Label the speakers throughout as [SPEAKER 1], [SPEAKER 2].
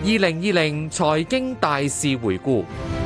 [SPEAKER 1] 2020財經大事回顧，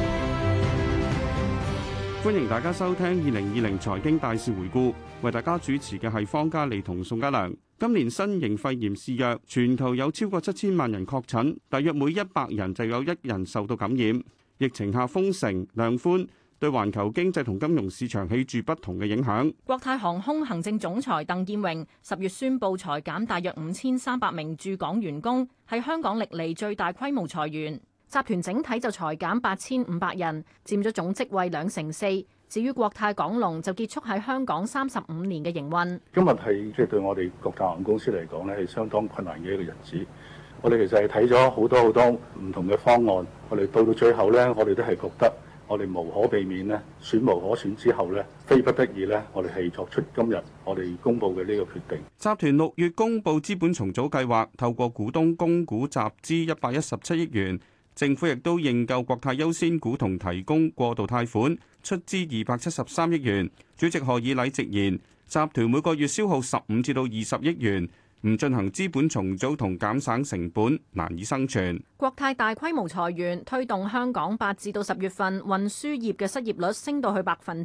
[SPEAKER 2] 歡迎大家收聽2020財經大事回顧，為大家主持嘅係方嘉利同宋家良。今年新型肺炎肆虐，全球有超過7000萬人確診，大約每100人就有1人受到感染。疫情下封城量寬，對環球經濟同金融市場起住不同嘅影響。
[SPEAKER 3] 國泰航空行政總裁鄧健榮10月宣布裁減大約5300名駐港員工，係香港歷嚟最大規模裁員。集團整體就裁減8500人，佔咗總職位4%。至於國泰港龍就結束喺香港35年嘅營運。
[SPEAKER 4] 今日係即係對我哋國泰航空公司嚟講咧，係相當困難嘅一個日子。我哋其實係睇咗好多唔同嘅方案，我哋到最後咧，我哋都係覺得我哋無可避免咧，選無可選之後咧，非不得已咧，我哋係作出今日我哋公布嘅呢個決定。
[SPEAKER 2] 集團6月公布資本重組計劃，透過股東供股集資117億元。政府亦都認購國泰優先股同提供過渡貸款，出資273億元。主席賀以禮直言，集團每個月消耗15至到20億元，唔進行資本重組同減省成本，難以生存。
[SPEAKER 3] 國泰大規模裁員，推動香港8至到10月份運輸業嘅失業率升到去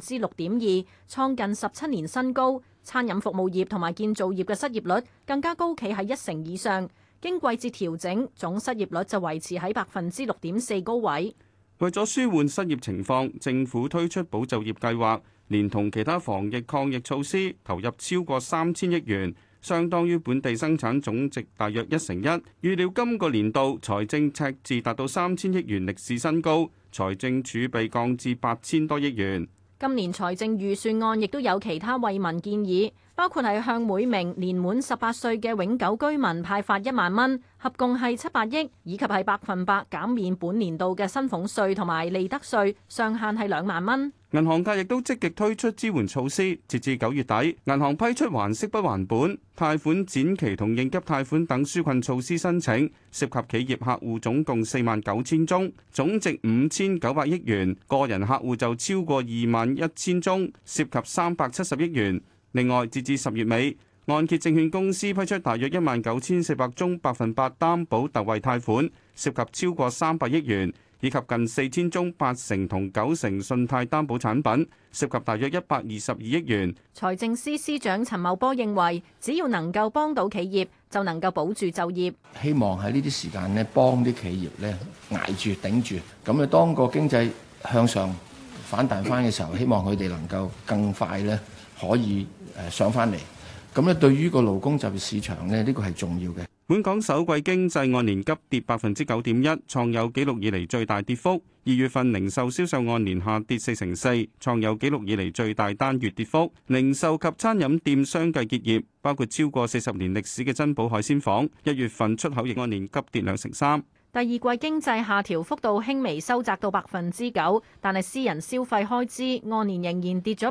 [SPEAKER 3] 6.2%，創近17年新高。餐飲服務業同埋建造業嘅失業率更加高企喺1成以上。經季節調整，總失業率就維持喺6.4%高位。
[SPEAKER 2] 為咗舒緩失業情況，政府推出保就業計劃，連同其他防疫抗疫措施，投入超過3000億元，相當於本地生產總值大約1%。預料今個年度財政赤字達到3000億元歷史新高，財政儲備降至8000多億元。
[SPEAKER 3] 今年財政預算案亦都有其他惠民建議，包括係向每名年滿18歲嘅永久居民派發1萬蚊，合共係700億，以及係100%減免本年度嘅薪俸稅同埋利得稅，上限係2萬蚊。
[SPEAKER 2] 銀行界亦都積極推出支援措施，截至9月底，銀行批出還息不還本、貸款展期同應急貸款等紓困措施申請，涉及企業客戶總共49000宗，總值5900億元；個人客戶就超過21000宗，涉及370億元。另外，截至10月尾，按揭證券公司批出大約19400宗8%擔保特惠貸款，涉及超過300億元。以及近4000宗8成同9成信貸擔保產品，涉及大約122億元。
[SPEAKER 3] 財政司司長陳茂波認為，只要能夠幫到企業，就能夠保住就業。
[SPEAKER 5] 希望喺呢啲時間咧，幫啲企業咧捱住頂住。咁啊，當個經濟向上反彈翻嘅時候，希望佢哋能夠更快咧可以上翻嚟。咁咧，對於個勞工就業市場咧，呢個係重要嘅。
[SPEAKER 2] 本港首季經濟按年急跌9.1%，創有紀錄以嚟最大跌幅。2月份零售銷售按年下跌4.4%，創有紀錄以嚟最大單月跌幅。零售及餐飲店相繼結業，包括超過40年歷史嘅珍寶海鮮舫，1月份出口亦按年急跌2.3%。
[SPEAKER 3] 第二季經濟下調幅度輕微收窄到9%，但係私人消費開支按年仍然跌咗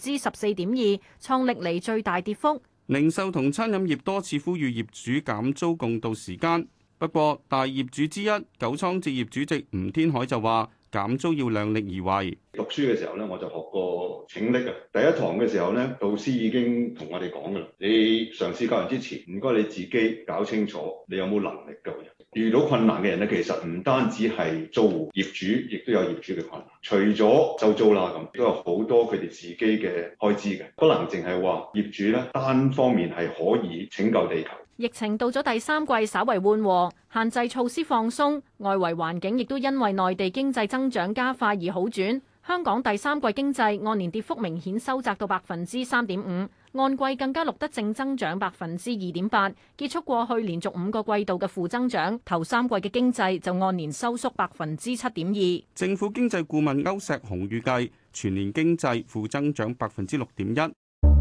[SPEAKER 3] 14.2%，創歷嚟最大跌幅。
[SPEAKER 2] 零售同餐飲業多次呼籲業主減租共度時艱，不過大業主之一九倉置業主席吳天海就話減租要量力而為。
[SPEAKER 6] 讀書嘅時候咧，我就學過請力啊。第一堂嘅時候咧，導師已經同我哋講噶啦，你嘗試教人之前，唔該你自己搞清楚你有冇能力救人。遇到困難嘅人咧，其實唔單止係租戶，業主亦都有業主嘅困難。除咗收租啦，咁都有好多佢哋自己嘅開支嘅，不能淨係話業主咧單方面係可以拯救地球。
[SPEAKER 3] 疫情到咗第三季稍為緩和，限制措施放鬆，外圍環境亦都因為內地經濟增長加快而好轉。香港第三季經濟按年跌幅明顯收窄到3.5%，按季更加錄得正增長2.8%，結束過去連續5個季度嘅負增長。頭三季嘅經濟就按年收縮7.2%。
[SPEAKER 2] 政府經濟顧問歐石雄預計全年經濟負增長6.1%。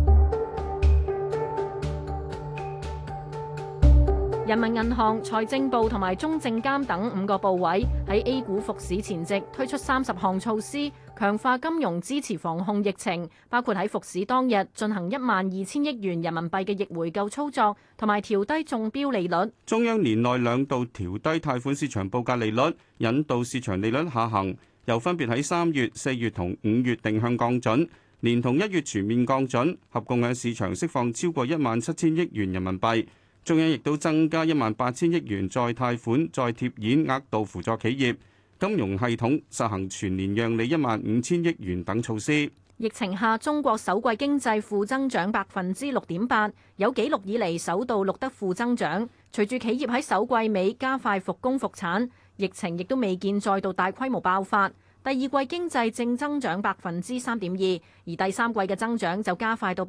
[SPEAKER 3] 人民銀行、財政部同埋中證監等5個部委喺 A 股復市前夕推出30項措施，強化金融支持防控疫情，包括喺復市當日進行12000億元人民幣嘅逆回購操作，同埋調低中標利率。
[SPEAKER 2] 中央年內2度調低貸款市場報價利率，引導市場利率下行，又分別喺3月、4月同5月定向降準，連同1月全面降準，合共喺市場釋放超過17000億元人民幣。 中央亦都增加18000億元再貸款、再貼現額度輔助企業，金融系統實行全年讓利15000億元等措施。
[SPEAKER 3] 疫情下，中國首季經濟負增長6.8%，有紀錄以嚟首度錄得負增長。隨住企業喺首季尾加快復工復產，疫情亦都未見再度大規模爆發。第二季經濟正增長3.2%，而第三季嘅增長就加快到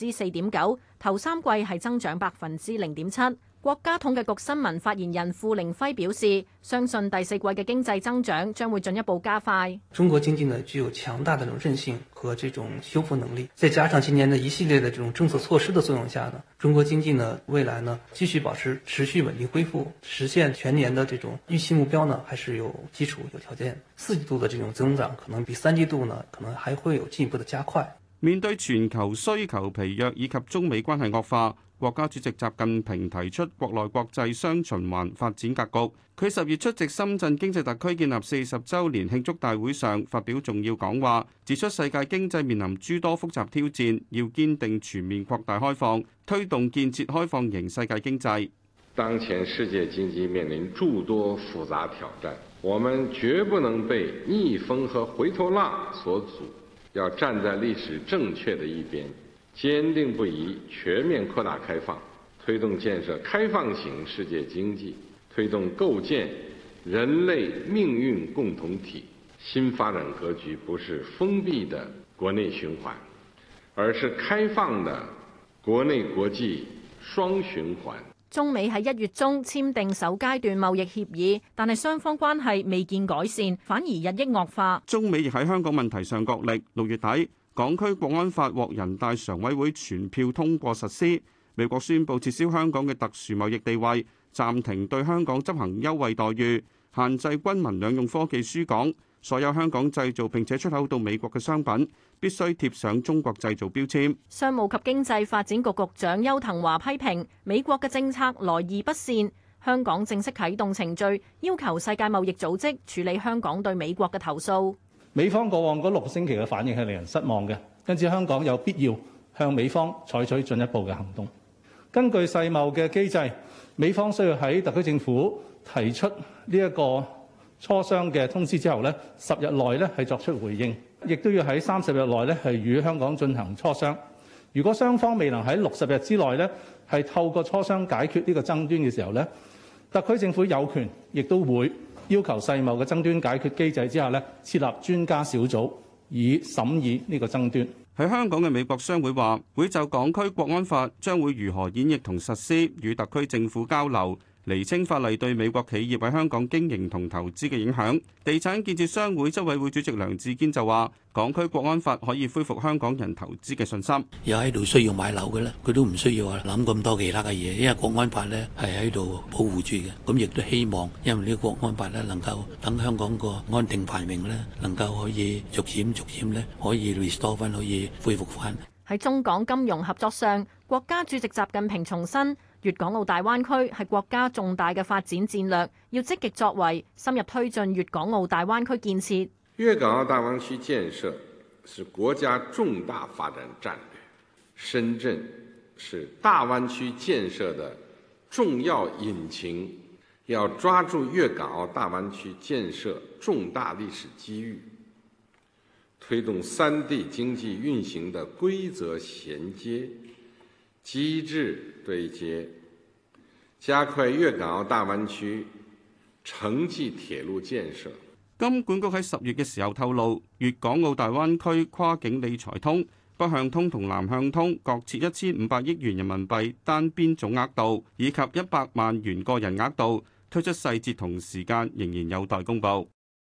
[SPEAKER 3] 4.9%，頭三季係增長0.7%。國家統計局新聞發言人傅凌輝表示，相信第四季嘅經濟增長將會進一步加快。
[SPEAKER 7] 中國經濟呢具有強大的這種韌性和這種修復能力，再加上今年的一系列的這種政策措施的作用下呢，中國經濟呢未來呢繼續保持持續穩定恢復，實現全年的這種預期目標呢還是有基礎有條件。四季度的這種增長可能比三季度呢可能還會有進一步的加快。
[SPEAKER 2] 面對全球需求疲弱以及中美關係惡化，國家主席習近平提出國內國際雙循環發展格局。佢10月出席深圳經濟特區建立40週年慶祝大會上發表重要講話，指出世界經濟面臨諸多複雜挑戰，要堅定全面擴大開放，推動建設開放型世界經濟。
[SPEAKER 8] 當前世界經濟面臨諸多複雜挑戰，我們絕不能被逆風和回頭浪所阻，要站在歷史正確的一邊，堅定不移全面擴大開放，推動建設開放型世界經濟，推動構建人類命運共同體。新發展格局不是封閉的國內循環，而是開放的國內國際雙循環。
[SPEAKER 3] 中美喺1月中簽訂首階段貿易協議，但係雙方關係未見改善，反而日益惡化。
[SPEAKER 2] 中美亦喺香港問題上角力。6月底，港區國安法獲人大常委會全票通過實施。美國宣布撤銷香港嘅特殊貿易地位，暫停對香港執行優惠待遇，限制軍民兩用科技輸港。所有香港製造並且出口到美國嘅商品必須貼上中國製造標籤。
[SPEAKER 3] 商務及經濟發展局局長邱騰華批評美國嘅政策來而不善，香港正式啟動程序，要求世界貿易組織處理香港對美國嘅投訴。
[SPEAKER 9] 美方過往嗰6個星期嘅反應係令人失望嘅，因此香港有必要向美方採取進一步嘅行動。根據世貿嘅機制，美方需要喺特區政府提出呢一個磋商嘅通知之後10日內係作出回應，亦都要喺30日內係與香港進行磋商。如果雙方未能喺60日之內係透過磋商解決呢個爭端嘅時候特區政府有權亦都會要求世貿嘅爭端解決機制之下設立專家小組以審議呢個爭端。
[SPEAKER 2] 喺香港嘅美國商會話，會就港區國安法將會如何演繹同實施，與特區政府交流，釐清法例對美國企業喺香港經營同投資嘅影響。地產建設商會執委會主席梁志堅就話，港區國安法可以恢復香港人投資嘅信心。
[SPEAKER 10] 有喺度需要買樓嘅咧，佢都唔需要話諗咁多其他嘅嘢，因為國安法咧係喺度保護住嘅。咁亦都希望，因為呢個國安法咧能夠等香港個安定繁榮咧，能夠可以逐漸咧可以 restore 翻，可以恢復翻。
[SPEAKER 3] 喺中港金融合作上，國家主席習近平重申，粵港澳大灣區係國家重大嘅發展戰略，要積極作為，深入推進粵港澳大灣區建設。
[SPEAKER 8] 粵港澳大灣區建設是國家重大發展戰略，深圳是大灣區建設的重要引擎，要抓住粵港澳大灣區建設重大歷史機遇，推動三地經濟運行的規則銜接、機制對接，加快粵港澳大灣區城際鐵路建設。
[SPEAKER 2] 金管局喺10月嘅時候透露，粵港澳大灣區跨境理財通、北向通同南向通各設1500億元人民幣單邊總額度，以及100萬元個人額度，推出細節同時間仍然有待公佈。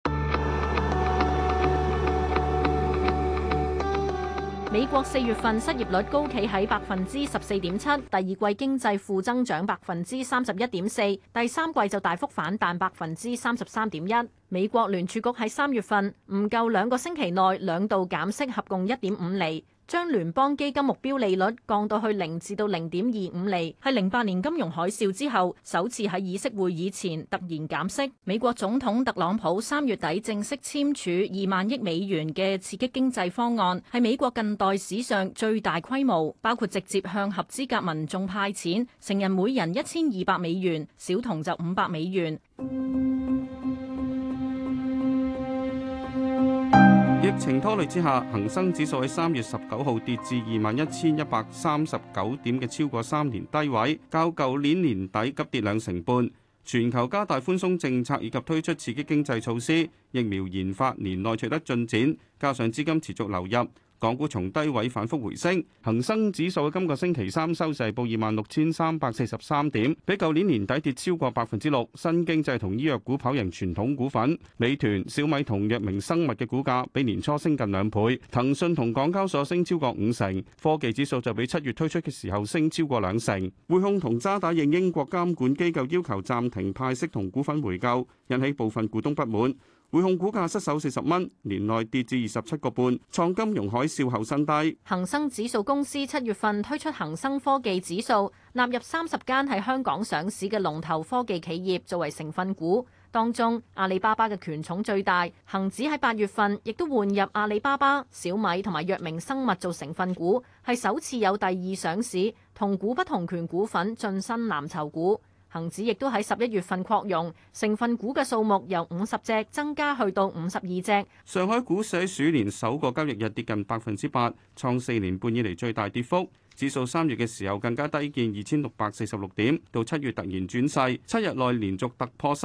[SPEAKER 3] 美國4月份失業率高企喺14.7%，第二季經濟負增長31.4%，第三季就大幅反彈33.1%。美國聯儲局喺3月份唔夠2個星期內2度減息，合共1.5厘。 將聯邦基金目標利率降到去0至到0.25厘，係08年金融海嘯之後首次喺議息會議前突然減息。美國總統特朗普3月底正式簽署2萬億美元嘅刺激經濟方案，係美國近代史上最大規模，包括直接向合資格民眾派錢，成人每人1200美元，小童就500美元。
[SPEAKER 2] 疫情拖累之下，恒生指數喺3月19號跌至21,139點嘅超過3年低位，較舊年年底急跌2.5%。全球加大寬鬆政策以及推出刺激經濟措施，疫苗研發年內取得進展，加上資金持續流入，港股從低位反覆回升，恒生指數喺今個星期三收市報26,343點，比舊年年底跌超過6%。新經濟同醫藥股跑贏傳統股份，美團、小米同藥明生物嘅股價比年初升近2倍，騰訊同港交所升超過50%，科技指數就比7月推出嘅時候升超過20%。匯控同渣打應英國監管機構要求暫停派息同股份回購，引起部分股東不滿。匯控股價失守40蚊，年內跌至27個半，創金融海嘯後新低。
[SPEAKER 3] 恒生指數公司7月份推出恒生科技指數，納入30間喺香港上市嘅龍頭科技企業作為成分股，當中阿里巴巴嘅權重最大。恒指喺8月份亦都換入阿里巴巴、小米同埋藥明生物做成分股，係首次有第2上市同股不同權股份晉身藍籌股。恒指亦都喺11月份擴容，成分股嘅數目由50隻增加去到52隻。
[SPEAKER 2] 上海股市喺鼠年首個交易日跌近8%，創4年半以嚟最大跌幅。指數3月嘅時候更加低見2646點，到7月突然轉勢，7日內連續突破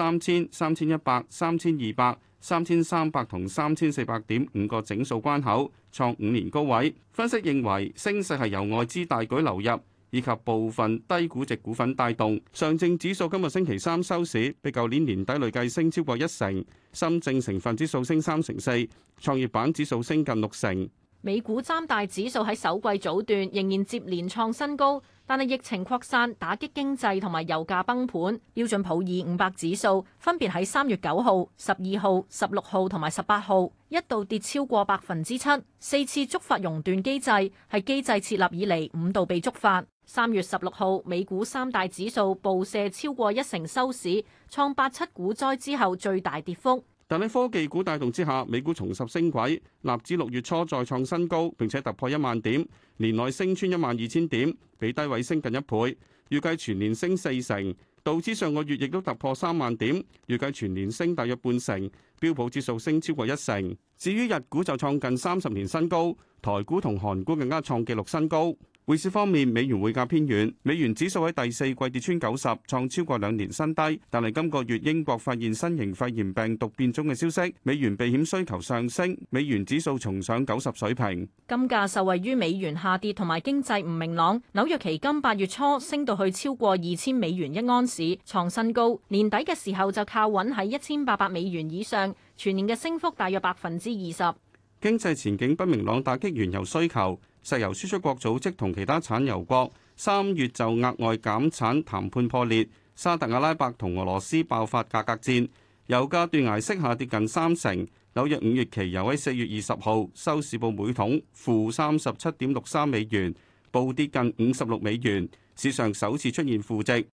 [SPEAKER 2] 3000、3100、3200、3300同3400點5個整數關口，創5年高位。分析認為，升勢係由外資大舉流入，以及部分低估值股份帶動。上證指數今日星期三收市，比舊年年底累計升超過1%。深證成分指數升3.4%，創業板指數升近6%。
[SPEAKER 3] 美股3大指數喺首季早段仍然接連創新高，但係疫情擴散打擊經濟同埋油價崩盤。標準普爾500指數分別喺3月9號、12號、16號同埋18號一度跌超過7%，4次觸發熔斷機制，係機制設立以嚟5度被觸發。3月16號美股3大指數暴瀉超過1成收市，創87股災之後最大跌幅。
[SPEAKER 2] 但喺科技股帶動之下，美股重拾升軌，納指6月初再創新高，並且突破1萬點，年內升穿12000點，比低位升近1倍，預計全年升4成。道指上個月亦都突破3萬點，預計全年升大約半成。標普指數升超過1成。至於日股就創近30年新高，台股同韓股更加創紀錄新高。匯市方面，美元匯價偏軟，美元指數喺第4季跌穿90，創超過2年新低。但係今個月英國發現新型肺炎病毒變種嘅消息，美元避險需求上升，美元指數重上90水平。
[SPEAKER 3] 金價受惠於美元下跌同埋經濟唔明朗，紐約期金8月初升到去超過2000美元一盎司，創新高。年底嘅時候就靠穩喺1800美元以上，全年嘅升幅大約20%。
[SPEAKER 2] 經濟前景不明朗，打擊原油需求。石油輸出國組織同其他產油國3月就額外減產談判破裂，沙特阿拉伯同俄羅斯爆發價格戰，油價斷崖式下跌近3成。紐約5月期油喺4月20號收市報每桶負37.63美元，暴跌近56美元，史上首次出現負值。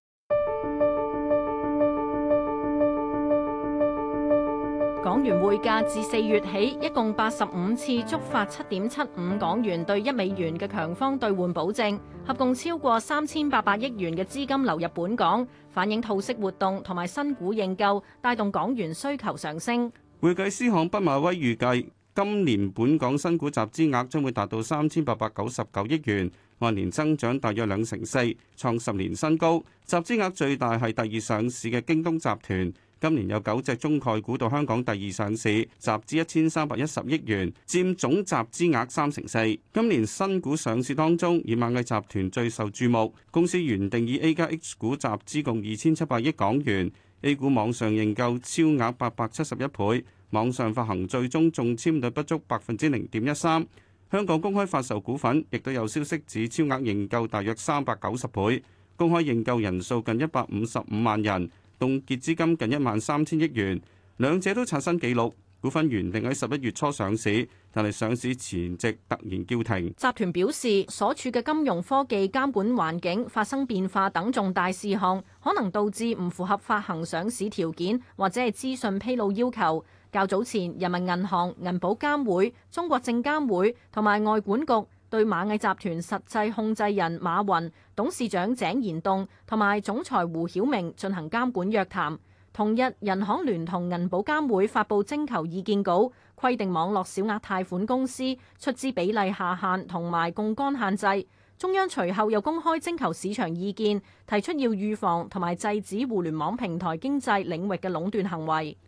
[SPEAKER 3] 港元匯價自4月起，一共85次觸發7.75港元兌1美元嘅強方兌換保證，合共超過3800億元嘅資金流入本港，反映套息活動同埋新股認購，帶動港元需求上升。
[SPEAKER 2] 會計師行畢馬威預計，今年本港新股集資額將會達到3899億元，按年增長大約2.4%，創10年新高。集資額最大係第2上市嘅京東集團。今年有9隻中概股到香港第2上市，集資1310億元，佔總集資額3%。今年新股上市當中，以螞蟻集團最受注目。公司原定以 A 加 H 股集資共2700億港元 ，A 股網上認購超額871倍，網上發行最終中籤率不足0.13%。香港公開發售股份亦都有消息指超額認購大約390倍，公開認購人數近155萬人。凍結資金近13000億元，兩者都刷新紀錄。 股份原定喺11月初上市，但係上市前夕突然叫停。
[SPEAKER 3] 集團表示，所處嘅金融科技監管環境發生變化等重大事項，可能導致唔符合發行上市條件或者係資訊披露要求。較早前，人民銀行、銀保監會、中國證監會同埋外管局對螞蟻集團實際控制人馬雲、董事長井賢棟同埋總裁胡曉明進行監管約談。同日，人行聯同銀保監會發布徵求意見稿，規定網絡小額貸款公司出資比例下限同埋槓桿限制。中央隨後又公開徵求市場意見，提出要預防同埋制止互聯網平台經濟領域嘅壟斷行為。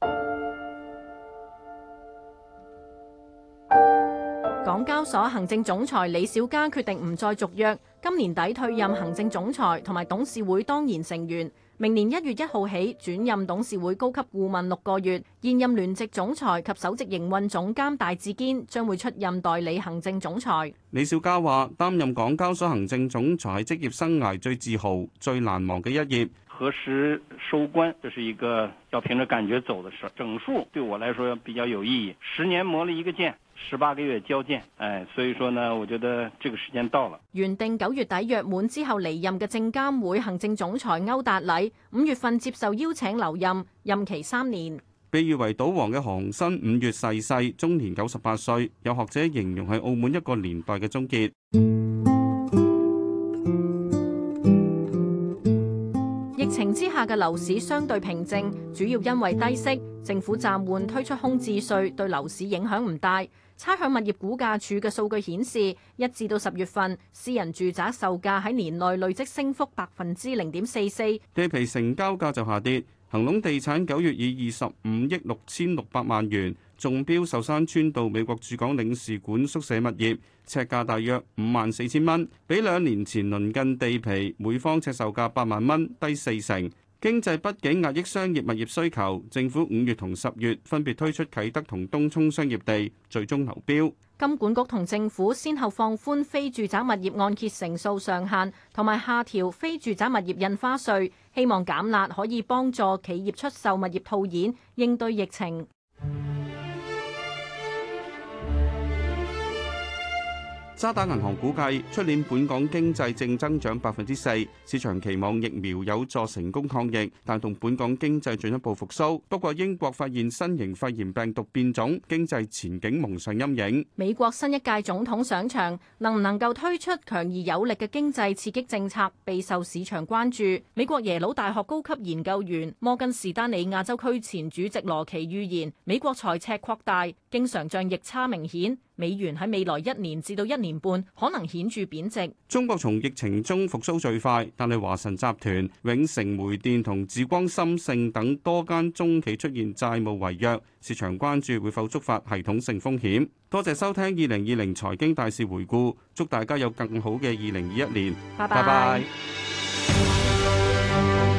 [SPEAKER 3] 港交所行政總裁李小加決定唔再續約，今年底退任行政總裁同埋董事會當然成員，明年1月1號起轉任董事會高級顧問6個月。現任聯席總裁及首席營運總監戴志堅將會出任代理行政總裁。
[SPEAKER 2] 李小加話：擔任港交所行政總裁係職業生涯最自豪、最難忘嘅一頁。
[SPEAKER 11] 何時收官，這是一個要憑着感覺走的事。整數對我來說比較有意義，10年磨了一個劍，18個月交劍，所以說呢，我覺得這個時間到了。
[SPEAKER 3] 原定9月底約滿之後離任嘅證監會行政總裁歐達禮，5月份接受邀請留任，任期3年。
[SPEAKER 2] 被譽為賭王嘅韓新5月逝世，終年98歲，有學者形容係澳門一個年代嘅終結。
[SPEAKER 3] 疫情之下嘅樓市相對平靜，主要因為低息，政府暫緩推出空置稅，對樓市影響唔大。差餉物業估價署嘅數據顯示，1至到10月份，私人住宅售價喺年內累積升幅0.44%。
[SPEAKER 2] 地皮成交價就下跌，恒隆地產9月以25億6600萬元中標壽山邨到美國駐港領事館宿舍物業，尺價大約54,000蚊，比2年前鄰近地皮每方尺售價8萬蚊低40%。經濟不景壓抑商業物業需求，政府5月同10月分別推出啟德同東涌商業地，最終流標。
[SPEAKER 3] 金管局同政府先後放寬非住宅物業按揭成數上限，同埋下調非住宅物業印花稅，希望減辣可以幫助企業出售物業套現，應對疫情。
[SPEAKER 2] 渣打銀行估計，出年本港經濟正增長4%，市場期望疫苗有助成功抗疫，帶動本港經濟進一步復甦。不過，英國發現新型肺炎病毒變種，經濟前景蒙上陰影。
[SPEAKER 3] 美國新一屆總統上場，能唔能夠推出強而有力嘅經濟刺激政策，備受市場關注。美國耶魯大學高級研究員、摩根士丹利亞洲區前主席羅奇預言，美國財赤擴大，經常帳逆差明顯。美元喺未來1年至到1年半可能顯著貶值。
[SPEAKER 2] 中國從疫情中復甦最快，但係華晨集團、永城煤電同紫光深盛等多間中企出現債務違約，市場關注會否觸發系統性風險。多謝收聽2020財經大事回顧，祝大家有更好嘅2021年。
[SPEAKER 3] 拜拜。